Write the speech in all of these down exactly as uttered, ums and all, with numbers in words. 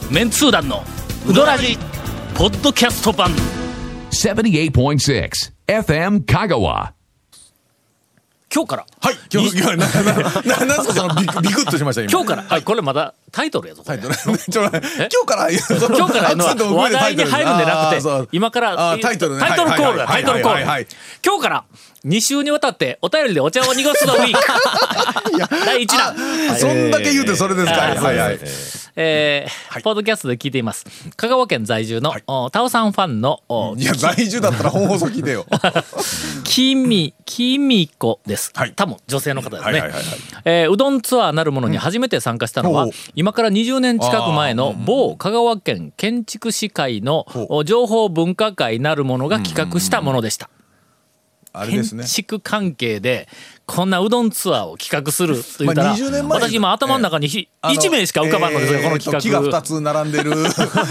メンツー団のウドラジポッドキャスト版ななじゅうはちてんろく エフエム 香川。 今日からはい、今日、今日、な、な、な、なんすか、その、ビク、ビクッとしました、今。 今日から、はい、これまだタイトルやぞこれ。 タイトル、ちょ、今日から、 今日からの話題に入るんでなくて、今からタイトルね、 タイトルコールだ、タイトルコール。今日からに週にわたってお便りでお茶を濁すのウィークだいいちだん。 そんだけ言うてそれですか。はいはい。 えー、ポッドキャストで聞いています。香川県在住の、はい、タオさんファンの、 いや在住だったら本放送聞いてよ。 きみきみこです。はい、多分女性の方ですね。えー、うどんツアーなるものに初めて参加したのは、うん、今からにじゅうねん近く前の某香川県建築士会の情報文化会なるものが企画したものでした。あれですね、建築関係でこんなうどんツアーを企画すると言ったら、まあ、にじゅうねんまえ私今頭の中にいち名しか浮かばんのですよ、えー、この企画、 木がふたつ並んでる感じの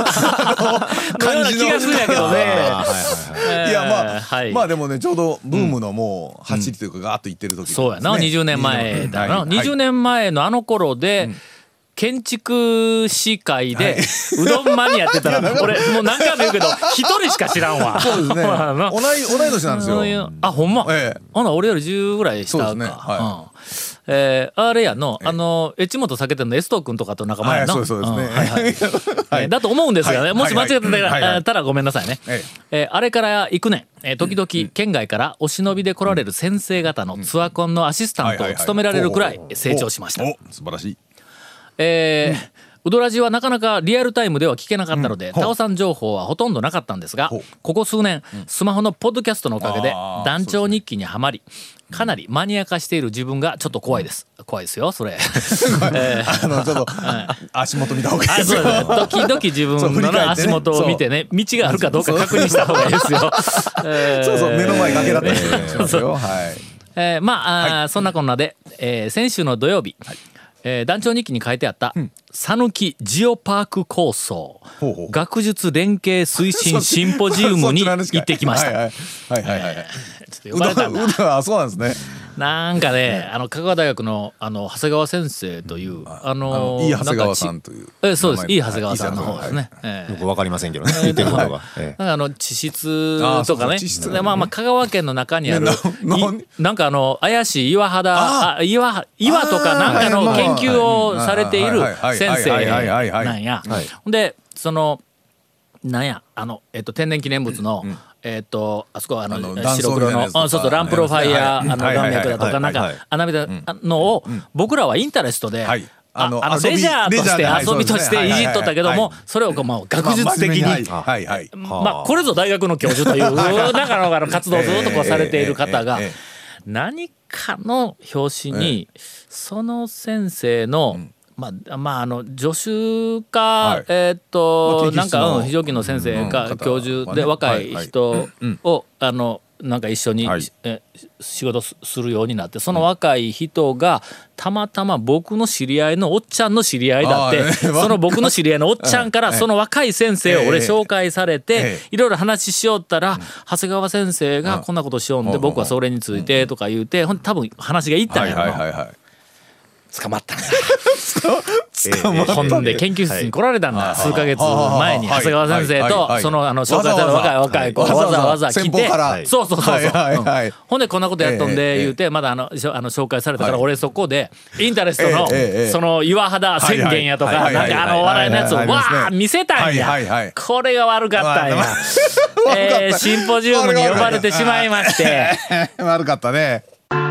気がするんやけどね。 いやまあ、はい、まあでもねちょうどブームのもう走りというかガーッといってる時、ね、 そうやな、にじゅうねんまえだな、はい、にじゅうねんまえのあの頃で、うん、建築士会でうどんマニアって言ったら俺もう何回も言うけど一人しか知らんわ。 そうですね。同い同い年なんですよ。 あ、ほんま。ええ、ほな俺よりじゅうぐらい下か。そうですね。はい。えー、あれやの、あの越本酒店のエストー君とかと仲間やな。そうそうですね。はいはい。だと思うんですよね。もし間違ってたらごめんなさいね。えー、あれから幾年、えー、時々県外からお忍びで来られる先生方のツアコンのアシスタントを務められるくらい成長しました。 お、素晴らしい。 えー、ウドラジはなかなかリアルタイムでは聞けなかったので、うん、タオさん情報はほとんどなかったんですが、ここ数年、うん、スマホのポッドキャストのおかげで団長日記にはまり、かなりマニア化している自分がちょっと怖いです。怖いですよそれ。えー、あのちょっと足元見た方がいいですよ。 ドキドキ自分の足元を見てね、道があるかどうか確認した方がいいですよ。 えー、そうそう、目の前崖だったりしますよ。はい。 えー、まあ、はい、そんなこんなで、えー、先週の土曜日、はい、えー、団長日記に書いてあった讃岐、うん、ジオパーク構想ほうほう学術連携推進シンポジウムに行ってきました。はいはいはいはい。ちょっと呼ばれたんだ。 うどんはそうなんですね。 なんかね、あの香川大学のあの長谷川先生という、あのいい長谷川さんという、 えそうです、いい長谷川さんの方ですね。 よくわかりませんけどね。言ってることが。 なんかあの地質とかね、まあまあ香川県の中にあるなんかあの怪しい岩肌、あ岩岩とかなんかの研究をされている先生なんや。でそのなんやあのえっと天然記念物のえっとあそこはあの白黒のそうそうランプロファイヤーあの岩脈だとかなんか穴みたいなのを僕らはインタレストでああのレジャーとして遊びとしていじっとったけども、それをまあ学術的にまあこれぞ大学の教授という中の活動をずっとこうされている方が何かの表紙にその先生のまあまああの助手か、はい、えー、っと、まあ、なんか、うん、非常勤の先生か、うん、教授で、ね、若い人を、はいはい、あのなんか一緒に、はい、え仕事するようになって、その若い人がたまたま僕の知り合いのおっちゃんの知り合いだって、その僕の知り合いのおっちゃんからその若い先生を俺紹介されていろいろ話しよったら、長谷川先生がこんなことしようんで僕はそれについてとか言うて、ほんで多分話がいったんやろな。捕まったんだ。捕まった。ほんで研究室に来られたんだ。数ヶ月前に長谷川先生とそのあの紹介された若い若い子わざわざ来て、そうそうそうそう。ほんでこんなことやっとんで言うて、まだあのあの紹介されたから俺そこでインタレストのその岩肌宣言やとかなんかあのお笑いのやつをわー見せたんや。これが悪かったんや。えー、シンポジウムに呼ばれてしまいまして。 悪かったね。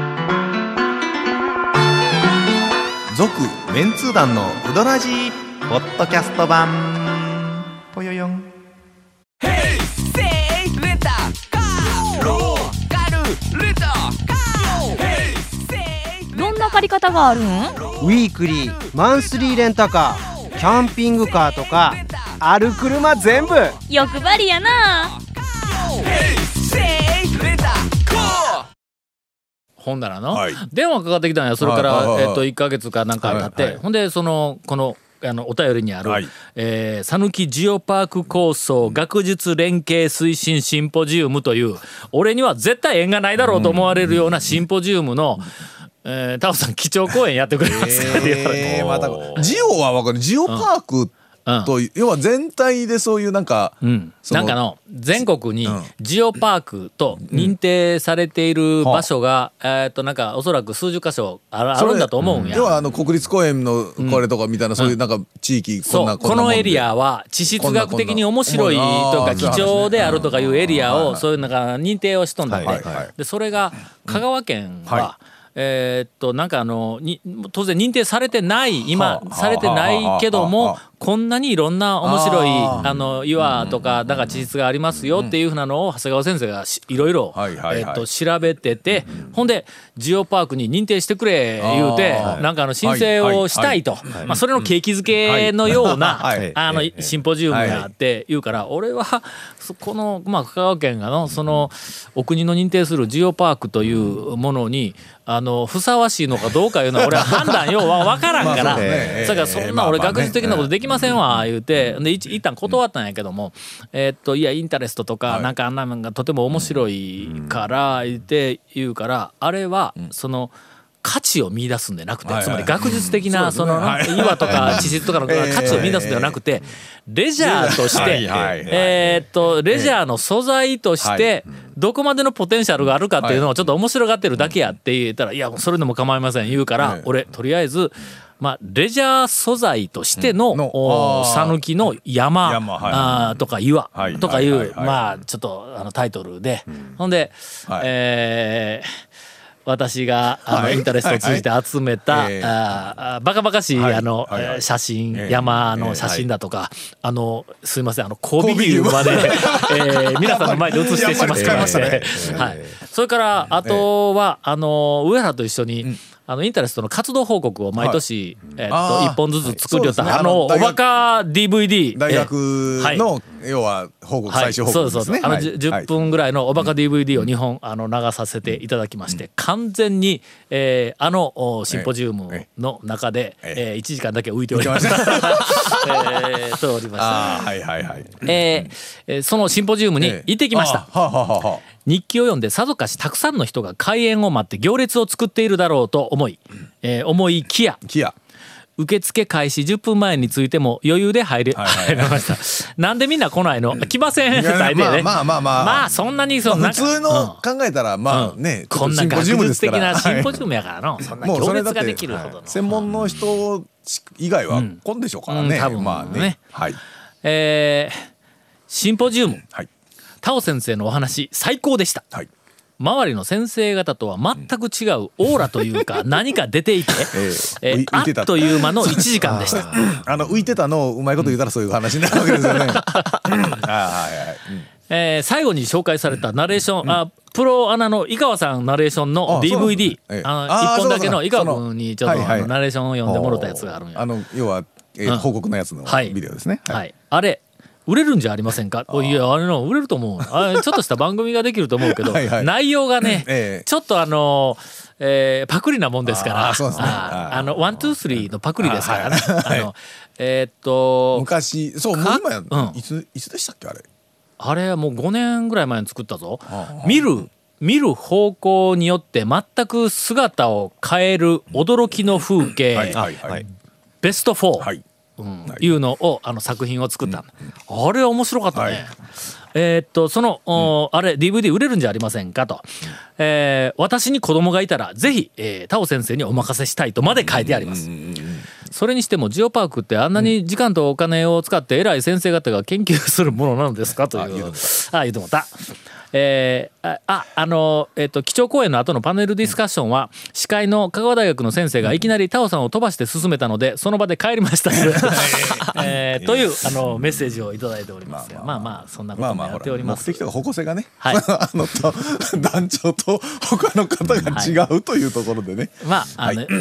続メンツー団のウドラジーポッドキャスト版ぽよよん。 ヘイセイレンタカーローカルレンタカーヘイセイ。 どんな借り方があるん？ウィークリーマンスリーレンタカーキャンピングカーとかある車全部欲張りやな。 ヘイセイレンタカー。 ほんならの、はい、電話かかってきたんや。それから、えー、といっかげつかなんか経って、はいはい、ほんでそのこのあのお便りにある、はい、えー、讃岐ジオパーク構想学術連携推進シンポジウムという俺には絶対縁がないだろうと思われるようなシンポジウムの、えー、タオさん基調講演やってくれますかって言われて、 えー、またジオは分かる。ジオパーク、 と、うん、要は全体でそういうなんか、 うん、なんかの全国にジオパークと認定されている場所が、うん、えー、っとなんかおそらく数十箇所ある、あるんだと思うんや。 要はあの国立公園のこれとかみたいな、うん、そういうなんか地域、こんな、 そう、このエリアは地質学的に面白いとか貴重であるとかいうエリアをそういうなんか認定をしとんだって、はいはいはい、でそれが香川県は、うん、はい、えー、っとなんかあのに当然認定されてない今されてないけどもこんなにいろんな面白いあの岩とかだから地質がありますよっていうふうなのを長谷川先生がいろいろ調べてて、ほんでジオパークに認定してくれ言うてなんかあの申請をしたいと、まあそれの景気づけのようなあのシンポジウムがあって言うから、俺はこのまあ香川県がのそのお国の認定するジオパークというものにあのふさわしいのかどうかいうのは俺は判断ようは分からんから、それからそんな俺学術的なことできませんわ言うてで一旦断ったんやけども、えっといやインタレストとかなんかあんなのがとても面白いから言って言うから、あれはその価値を見出すんでなくて、つまり学術的なその岩とか地質とかの価値を見出すんではなくて、レジャーとしてえっとレジャーの素材としてどこまでのポテンシャルがあるかっていうのをちょっと面白がってるだけやって言ったら、いやそれでも構いません言うから、俺とりあえずまあレジャー素材としての讃岐の山とか岩とかいうまあちょっとあのタイトルで、ほんでえー私があのインタレストを通じて集めたあバカバカしいあの写真、山の写真だとか、あのすいませんあの神戸牛までえ皆さんの前で写してしまいまして、はい、それからあとはあの上原と一緒にあのインタレストの活動報告を毎年、はい、えー、っといっぽんずつ作りよった、はい、あのおバカ ディーブイディー大学の、はい、要は報告、最終報告ですね、はい、そうそうそう、あの、はい、じゅっぷんぐらいのおバカ ディーブイディー をにほんあの流させていただきまして、うん、完全に、えー、あのシンポジウムの中で、えーえー、いちじかんだけ浮いておりましたえー、とおりました、 はいはいはい、 えー、そのシンポジウムに行ってきました、えーはははは日記を読んでさぞかしたくさんの人が開演を待って行列を作っているだろうと思い、えー、思いきや受付開始じゅっぷんまえについても余裕で入れ、はいはいはい、入れました。なんでみんな来ないの？来ません。大体ね。 まあまあまあまあそんなにそんな、 まあ、普通の考えたらまあね、 うん、こんな学術的なシンポジウムやからの、はい、そんな行列ができるほどの、はい、 専門の人以外は来んでしょうからね。うんうん、多分まあね。はい。 えー、シンポジウム。はい。タオ先生のお話最高でした、はい、周りの先生方とは全く違うオーラというか何か出ていて、えーえー、あっという間のいちじかんでしたあの浮いてたのをうまいこと言ったらそういう話になるわけですよねえー、最後に紹介されたナレーション、うん、あプロアナの井川さんナレーションの ディーブイディー、あ、ええ、あのいっぽんだけの井川君にちょっとあのナレーションを読んでもらったやつがあるんや、 あの要は、えー、報告のやつのビデオですね、 はいはい、あれ売れるんじゃありませんか。いやあれの売れると思う。あれちょっとした番組ができると思うけどはい、はい、内容がね、えー、ちょっとあの、えー、パクリなもんですから、あ、そうですね、ああのワンツースリーのパクリですからね。あ、はい、あのえー、っと昔そうもう今や、うん、いついつでしたっけあれ。 あれはもうごねんぐらい前に作ったぞ。見る見る方向によって全く姿を変える驚きの風景、はいはいはい、ベストフォー。はい、うん、いうのをあの作品を作った、うん、あれは面白かったね、はい、えー、っとその、うん、あれ ディーブイディー 売れるんじゃありませんかと、えー、私に子供がいたらぜひ、えー、タオ先生にお任せしたいとまで書いてあります。それにしてもジオパークってあんなに時間とお金を使って偉い先生方が研究するものなのですかという、あ、言うてもた。えー、ああの、えー、と基調講演の後のパネルディスカッションは司会の香川大学の先生がいきなりタオさんを飛ばして進めたのでその場で帰りました、えー、というあのメッセージをいただいておりますが、まあまあそんなこともやっております。 目的とか方向性がね、はい、あのと団長と他の方が違うというところでね、 まああの、はい、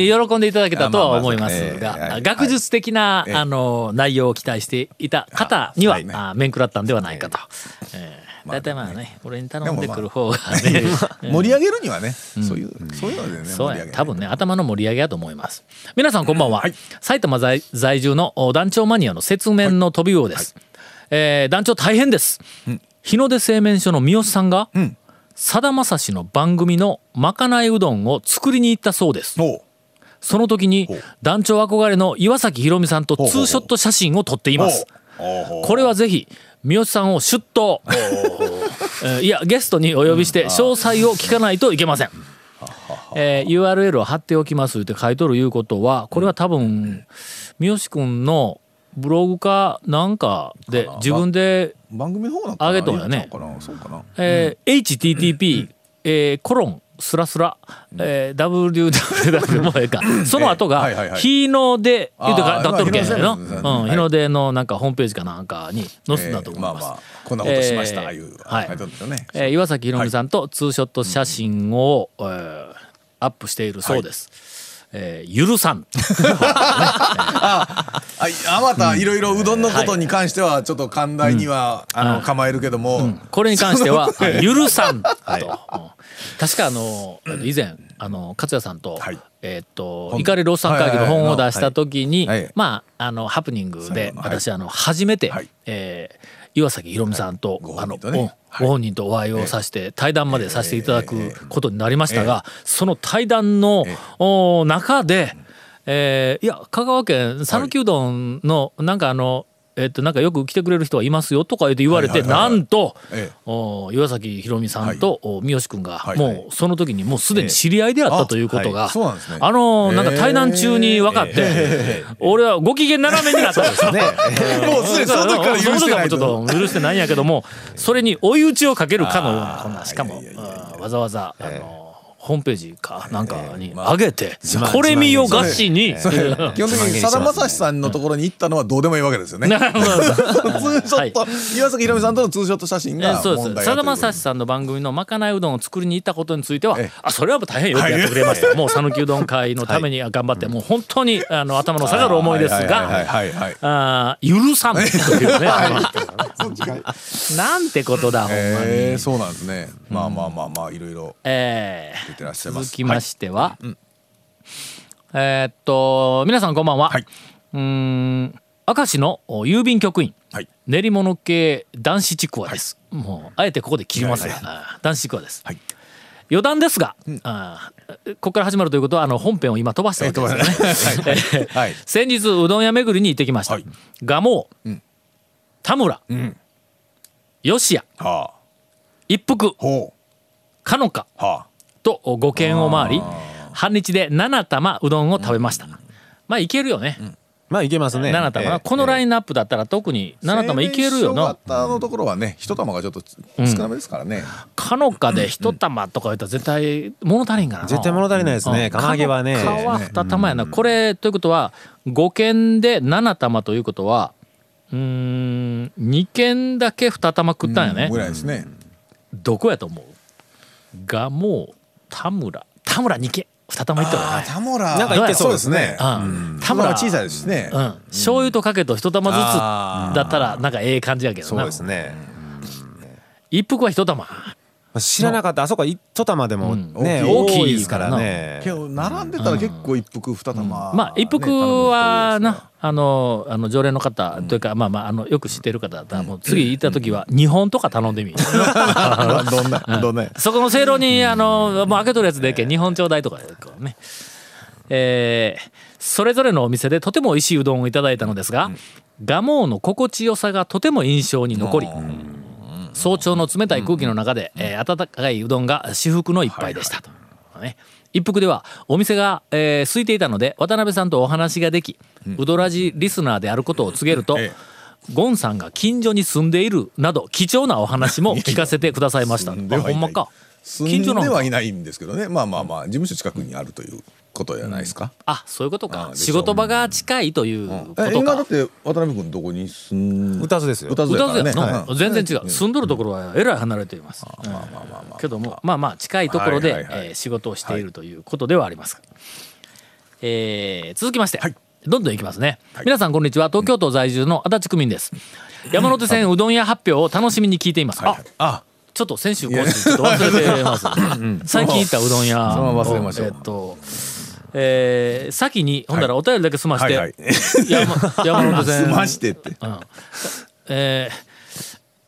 喜んでいただけたとは思いますが、まあまあえー、学術的な、はい、あの内容を期待していた方には、はい、あ面食らったんではないかと、えー大体まあね、俺に頼んでくる方がね、 盛り上げるにはね、そういうそういうのでね、 そうや多分ね頭の盛り上げだと思います。皆さんこんばんは、はい、埼玉 在, 在住の団長マニアの雪面の飛び魚です、はい、えー、団長大変です、うん、日の出製麺所の三好さんがさだまさしの番組のまかないうどんを作りに行ったそうです。 その時に団長憧れの岩崎宏美さんとツーショット写真を撮っています。これはぜひ三好さんを出頭いやゲストにお呼びして詳細を聞かないといけません。えー、ユーアールエル を貼っておきますって書いとるいうことは、これは多分三好くんのブログかなんかで自分で上げとんやね。えー、エイチティーティーピー、えー、コロンスラスラ、えー、ダブリューダブリューダブリュー もええかその後が日の出言うてかだっとるけんやの、うん、日の出のなんかホームページかなんかに載せたと思います。 まあまあこんなことしましたいう、 はい、えー、岩崎宏美さんとツーショット写真を、えー、アップしているそうです。えー、許さんああまたいろいろうどんのことに関してはちょっと寛大には、うん、あの構えるけども、うん、 これに関しては許さんと、はい、うん、確かあの以前あの勝也さんと、はい、えー、っと怒りロースさん会議の本を出した時に、はいはい、まああのハプニングで私、はい、あの初めて、はい、えー、岩崎宏美さんと、はい、あのご本人とお会いをさせて対談までさせていただくことになりましたが、その対談の中で、えー、いや香川県讃岐うどんのなんかあのえっとなんかよく来てくれる人はいますよとか言われて、なんと岩崎宏美さんと三好君がもうその時にもうすでに知り合いであったということがあのなんか対談中に分かって、俺はご機嫌斜めになったんですよね。もうすでにその時から許してないと、ちょっと許してないんやけども、それに追い打ちをかけるかのようなこんな、しかもわざわざあのホームページかなんかに上げて、これ見よがしに、基本的にさだまさしさんのところに行ったのはどうでもいいわけですよね。ツーショット、岩崎宏美さんとのツーショット写真が問題だという。 さだまさしさんの番組のまかないうどんを作りに行ったことについては、あそれは大変よくやってくれました。もう讃岐うどん会のために頑張って、もう本当にあの頭の下がる思いですが、あ許さんというね。なんてことだほんまに。 そうなんですね。まあまあまあまあいろいろ。 えー続きましては、はい、うん、えー、っと皆さんこんばんは、はい、うーん明石の郵便局員、はい、練り物系男子ちくわです、はい、もうあえてここで切りますが、はいはい、男子ちくわです、はい、余談ですが、うん、あここから始まるということはあの本編を今飛ばしたわけですよね、はいはい、先日うどん屋巡りに行ってきました、はい、蒲生、うん、田村、うん、吉谷、はあ、一服、かのか、はあとご軒を回り半日でなな玉うどんを食べました。まあいけるよね、うん、 まあいけますね。 なな玉、えー、このラインナップだったら特になな玉いけるよな。 製麺所型のところはねいち玉がちょっと少なめですからね、 かのかでいち玉とか言ったら絶対物足りんからな。 絶対物足りないですね。釜揚げはねかのかはに玉やな、うん、これということはご軒でなな玉ということはうーんに軒だけに玉食ったんやね、うん、 ぐらいですね。 どこやと思う？がもう田村田村に軒に玉いったらね。 田村なんか言ってそうですね。 うん、田村は小さいですしね、 うん、醤油とかけと一玉ずつだったらなんかええ感じやけどな。 そうですね。 一服は一玉。 知らなかった。あそこは一玉でもね、うん、大きいですからね。 けど並んでたら結構一服二玉、うん、 まあ一服はなあのあの常連の方というか、うん、まあまああのよく知ってる方だったらもう次行った時はにほんとか頼んでみる。 どんなどんなそこのせいろにあのもう開けとるやつでけにほんちょうだいとかね。えー、それぞれのお店でとても美味しいうどんをいただいたのですが、蒲生の心地よさがとても印象に残り、早朝の冷たい空気の中で、えー、温かいうどんが至福の一杯でしたと、はいはい、一服ではお店が、えー、空いていたので渡辺さんとお話ができ、うん、うどらじリスナーであることを告げると、ええ、ゴンさんが近所に住んでいるなど貴重なお話も聞かせてくださいました。あ、ほんまか。 住んではいないんですけどね。まあまあまあ事務所近くにあるということじゃないですか、うん、 あ、そういうことか。仕事場が近いということか、 うん、今だって渡辺君どこに住ん宇多津ですよ。 宇多津やからね、 はい、全然違う、住んどるところはえらい離れています、うん、まあまあまあまあけどもまあまあ近いところで、はいはいはい、えー、仕事をしているということではあります、はい、えー、続きまして、はい、どんどんいきますね、はい、皆さんこんにちは。東京都在住の足立区民です。山手線うどん屋発表を楽しみに聞いています。あ、あ、ちょっと先週今週ちょっと忘れてます、うん、最近行ったうどん屋をそのまま忘れましょう。 えーっとえー、先にほんだらお便りだけ済まして、はいはいはい、山, 山手線済ましてって、 うん、えー、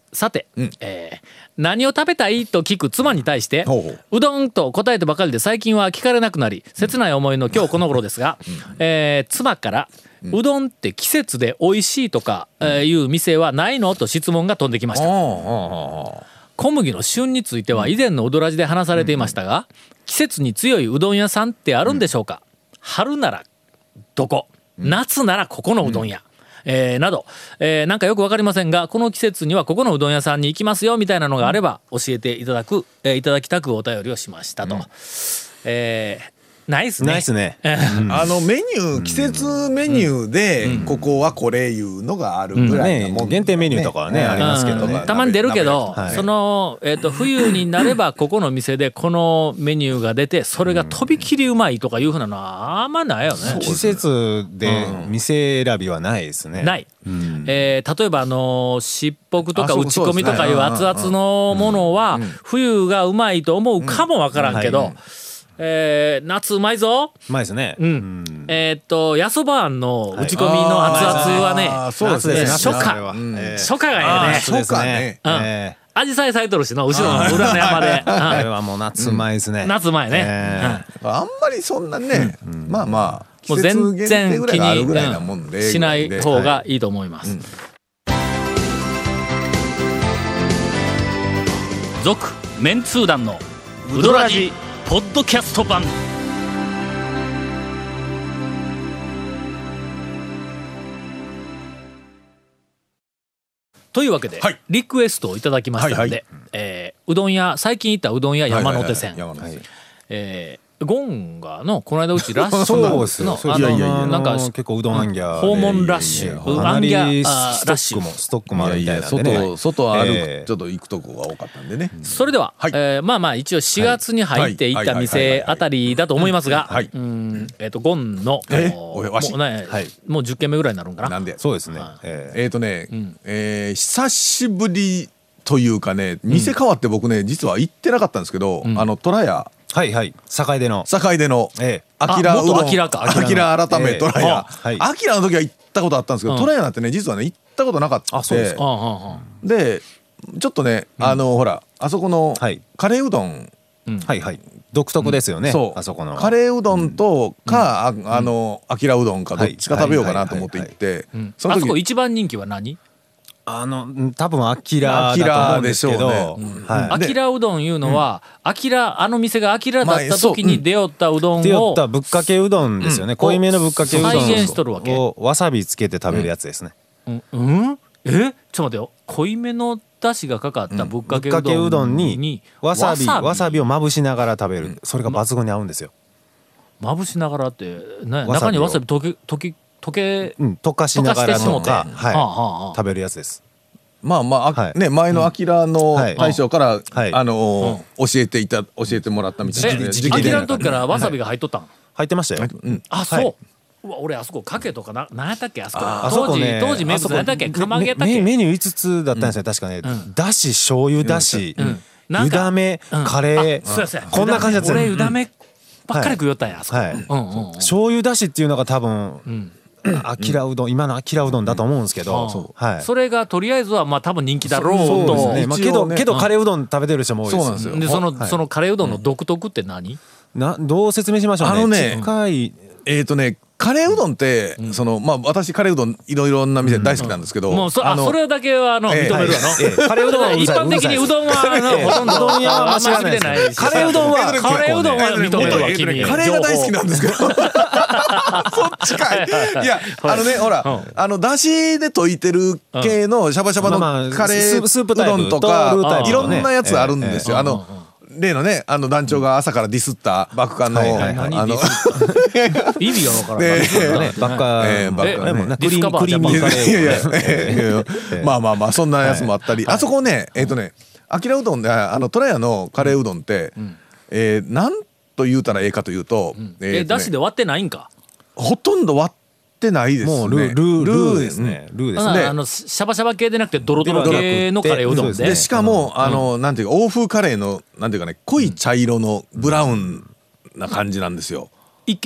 さて、うんえー、何を食べたいと聞く妻に対してほうほううどんと答えてばかりで最近は聞かれなくなり切ない思いの今日この頃ですが、うんえー、妻からうどんって季節で美味しいとか、えー、いう店はないのと質問が飛んできました。小麦の旬については以前のうどらじで話されていましたが、季節に強いうどん屋さんってあるんでしょうか。春ならどこ、夏ならここのうどん屋、えー、など、えー、なんかよく分かりませんがこの季節にはここのうどん屋さんに行きますよみたいなのがあれば教えていただく、えー、いただきたくお便りをしましたと、うんえーないっすね。 ないっすね。 あのメニュー季節メニューでここはこれいうのがあるぐらいなもん、 ね、限定メニューとかはね、ありますけどね。 たまに出るけど、はい、そのえっと冬になればここの店でこのメニューが出てそれがとびきりうまいとかいうふうなのはあんまないよね。 季節で店選びはないですね。 ない。うんえー、例えばあのしっぽくとか打ち込みとかいう熱々のものは冬がうまいと思うかもわからんけど。えー、夏うまいぞ。 うまいですね。 うん。うん、えー、っとやそばあんの打ち込みの熱々はね、 はい、そうですね。 初夏、えー、初夏がええね。 初夏ね。 うん。えーアジサイ咲いとるしの後ろの裏の山で、 あれはもう夏前ですね。 夏前ね。 えーうん、あんまりそんなね、うん、まあまあもう全然気にしない方がいいと思います。続、うん、メンツー団のウドラジポッドキャスト版。というわけで、はい、リクエストをいただきましたので、はいはいえー、うどん屋最近行ったうどん屋山手線、えー、ゴンがのこの間うちラッシュのあのなんか結構うどんアンギャ訪問ラッシュアンギャラッシュもストックもあるみたいなんでね。 外外歩くちょっと行くとこが多かったんでね。 それでは、はいえー、まあまあ一応しがつに入っていった店あたりだと思いますが、うんえっとゴンのもうねもうじゅっけんめぐらいになるんかな。 なんでそうですね。 えっとねえ久しぶりというかね店変わって僕ね実は行ってなかったんですけどあの虎屋はいはい堺での堺でのあきらうどんあきら改め虎屋あきらの時は行ったことあったんですけど虎屋なんてね実はね行ったことなかったでちょっとねあのほらあそこのカレーうどんはいはい独特ですよね。あそこのカレーうどんとかあのあきらうどんかどっちか食べようかなと思って行ってそそこ一番人気は何？ あの多分アキラだと思うんですけど、 アキラうどんいうのはアキラあの店がアキラだった時に出会ったうどんを出会ったぶっかけうどんですよね。濃いめのぶっかけうどん再現しとるわけをわさびつけて食べるやつですね。 うんうんえちょっと待ってよ濃いめのだしがかかったぶっかけうどんにわさびわさびをまぶしながら食べるそれが抜群に合うんですよ。 まぶしながらって中にわさび溶け溶け溶け、 うん、溶かしながらとか、はいはあはあ、食べるやつです。 まあまあ、はい、ね前のアキラの大将から、はい、あのーうん、教えていた教えてもらったみたいな。 アキラの時からわさびが入っとったん？ 入ってましたよ。 うん、あそう。はい、うわ俺あそこかけとかな何やったっけあそこ当時当時名物何やったっけ釜揚げやったっけメニューいつつだったんですね、うん、確かね、うん、だし醤油だし、うんうん、湯だめ、うん、カレー、うん、こんな感じだった。 俺湯だめばっかり食いよったんやあそこ、はいうんうんうん、醤油だしっていうのが多分、うんあきらうどん今のあきらうどんだと思うんですけど、うんそうはい、それがとりあえずはまあ多分人気だろうとそうですね、まあ、けど、けどカレーうどん食べてる人も多いです。 そうなんですよ。でその、はい、そのカレーうどんの独特って何？ などう説明しましょうね。 あのね近いえっ、ー、とねカレーうどんって、うん、そのまあ私カレーうどんいろいろな店大好きなんですけど、うんうん、 もう そ, あのそれだけはあの認めるわの、えーえー、カレーうどんは一般的にうどんはあのほとんどうどん屋は間違ってないしカレーうどんはカレーうどんは認めるわ君カレーが大好きなんですけどそっちかい。いやあのねほら、うん、あのだしで溶いてる系のシャバシャバのカレーうどんとかいろんなやつあるんですよ。あの例のねあの団長が朝からディスったバクカンの、はいはいはい、あの意味がわからないですよね。 バクカン、えー、バクカンねディスカバージャパンカレー。 いやいや、えー、いやいやまあまあまあそんなやつもあったり、はい、あそこねえっ、ー、とねあきらうどんであの虎屋のカレーうどんって、うん、えー、なんと言うたらええかというと、 うん、えーとね、だしで割ってないんか。 ほとんど割ってないですね。 もうルールールーですね。ルーですね。 あのシャバシャバ系でなくてドロドロ系のカレーうどんで。 でしかも、うん、あのなんていうか欧風カレーのなんていうかね濃い茶色のブラウンな感じなんですよ。 一見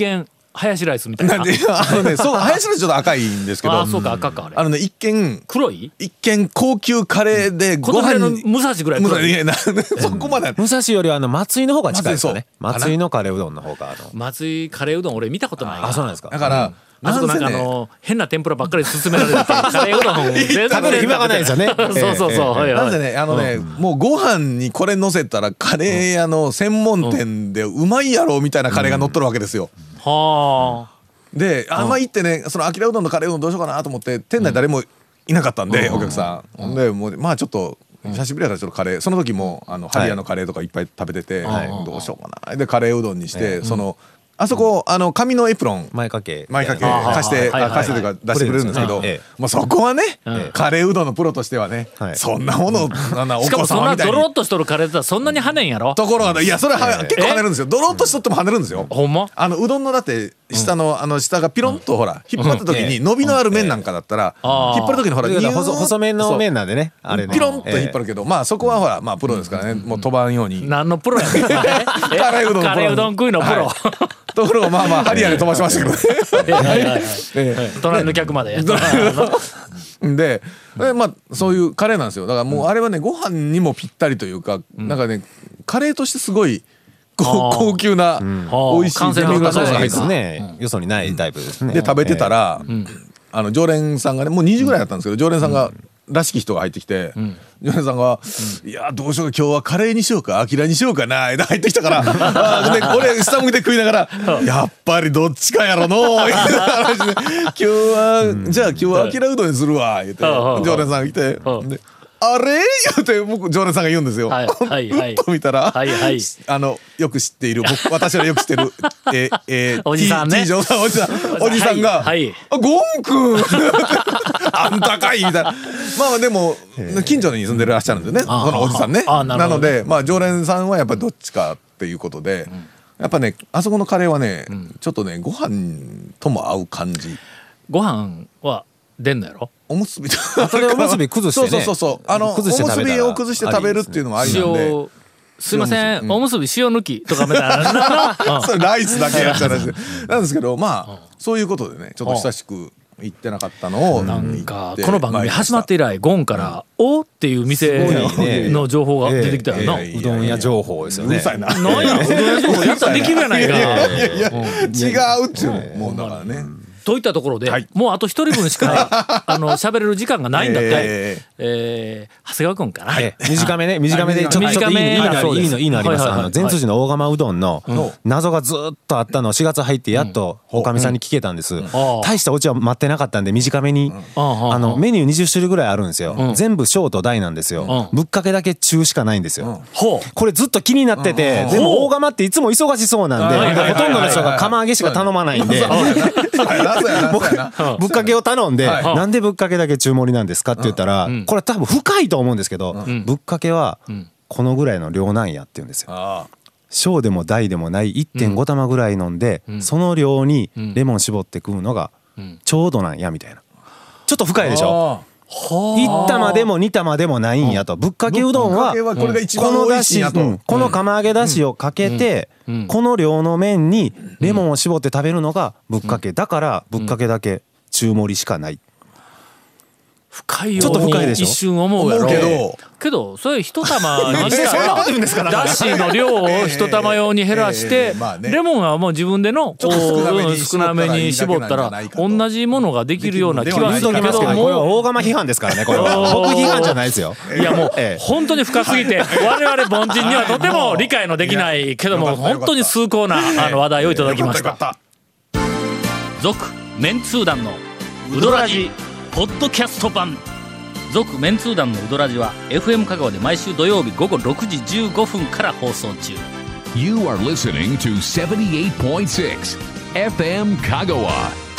ハヤシライスみたいな。 あのね、そう、ハヤシライスちょっと赤いんですけど、 あ、そうか、赤かあれ。 あのね、一見黒い？ 一見高級カレーでご飯に武蔵ぐらい黒い。 いやなそこまで。 武蔵よりあの松井の方が近いですよね。松井のカレーうどんの方があの。 松井カレーうどん俺見たことない。 あ、そうなんですか。 だから。 あそこなんかあの変な天ぷらばっかり勧められてカレーうどん全然食べる暇がないですよね。 そうそうそう。 なんでね、あのね、もうご飯にこれ乗せたらカレー屋の専門店でうまいやろみたいなカレーが乗っとるわけですよ。 はあ。 で、あんま行ってね、そのあきらうどんのカレーうどんどうしようかなと思って店内誰もいなかったんで、お客さんでもうまあちょっと久しぶりやったらちょっとカレー、その時もあのハリアのカレーとかいっぱい食べてて、どうしようかなでカレーうどんにして、そのあそこあの紙のエプロン前掛け前掛け貸して貸してというか出してくれるんですけど、もうそこはねカレーうどんのプロとしてはね、そんなものしかもそんなドロッとしとるカレーだったらそんなに跳ねんやろ。 ところがいやそれは結構跳ねるんですよ。ドロッとしとっても跳ねるんですよ。 ほんま？ あのうどんのだって下のあの下がピロンとほら引っ張った時に伸びのある麺なんかだったら引っ張る時にほら細麺の麺なんでね、あれねピロンと引っ張るけど、まあそこはほらまあプロですからね、もう飛ばんように。 何のプロやねん。 カレーうどんのプロ。 カレーうどん食いのプロ。 ところがまあまあハリアで飛ばしましたけどね。 隣の客まで。 で、まあそういうカレーなんですよ。だからもうあれはねご飯にもぴったりというか、なんかねカレーとしてすごい高級な美味しいデミグラスソースが入ってね、よそにないタイプですね。 で食べてたらあの常連さんがねもうにじぐらいだったんですけど、常連さんがらしき人が入ってきて、常連さんが「いやどうしようか今日はカレーにしようかアキラにしようかな」って入ってきたから俺下向いて食いながら「やっぱりどっちかやろの」みたいな話で「今日はじゃあ今日はアキラうどんにするわ」言って常連さんが来てであれ言って僕常連さんが言うんですよ。 はいはいはい。 ふっと見たら、 はいはい、 あのよく知っている僕私はよく知ってるええおじさんね。 おじさんおじさんおじさんが、 はい、 あゴン君あんたかいみたいな。まあでも近所に住んでらっしゃるんですよね。そのおじさんね。なのでまあ常連さんはやっぱりどっちかっていうことで、やっぱねあそこのカレーはね、ちょっとねご飯とも合う感じ。 ご飯は出んのやろ。 おむすびとそれおむすび崩してね。 そうそうそうあのおむすびを崩して食べるっていうのもありなんで。 すいませんおむすび塩抜きとかみたいな。 それライスだけやったらなんですけど、まあそういうことでねちょっと親しく行ってなかったのをなんかこの番組始まって以来ゴンから「お」っていう店の情報が出てきたよな。 うどん屋情報ですよね。 うるさいな。 なんやうどん屋情報やったらできるやないか。 いやいやいや違うっちゅうもうだからね。 といったところで、はい、もうあと一人分しかあの喋れる時間がないんだって、えーえー、長谷川君かな、 えー、短めね短めでちょっといいのいいのいいのいいのあります。あの善通寺の大釜うどんの謎がずっとあったのしがつ入ってやっとおかみさんに聞けたんです、うん、大したオチは待ってなかったんで短めに、うん、あのメニューにじゅっしゅるいぐらいあるんですよ、うん、全部小と大なんですよ、うん、ぶっかけだけ中しかないんですよ、うん、これずっと気になってて、うん、でも大釜っていつも忙しそうなんで、うん、ほとんどの人が釜揚げしか頼まないんでぶっかけを頼んで、はい、なんでぶっかけだけ中盛りなんですかって言ったら、うん、これ多分深いと思うんですけど、うん、ぶっかけはこのぐらいの量なんやって言うんですよ、うん、小でも大でもない いってんご 玉ぐらい飲んで、うん、その量にレモン絞って食うのがちょうどなんやみたいな。ちょっと深いでしょ。いち玉でもに玉でもないんやと。ぶっかけうどんはこのだし、この釜揚げだしをかけてこの量の麺にレモンを絞って食べるのがぶっかけだから、ぶっかけだけ中盛りしかない。 深いように一瞬思うやろけどけどそれ一玉にしたらだしの量を一玉用に減らしてレモンはもう自分での少なめに絞ったら同じものができるような気はするけども、 これは大釜批判ですからね。これは僕批判じゃないですよ。 いやもう本当に深すぎて我々凡人にはとても理解のできないけども本当に崇高なあの話題をいただきました。続メンツー団のウドラジポッドキャスト版。続メンツー団のウドラジは エフエム 香川で毎週土曜日午後ろくじじゅうごふんから放送中。 You are listening to seventy-eight point six エフエム 香川。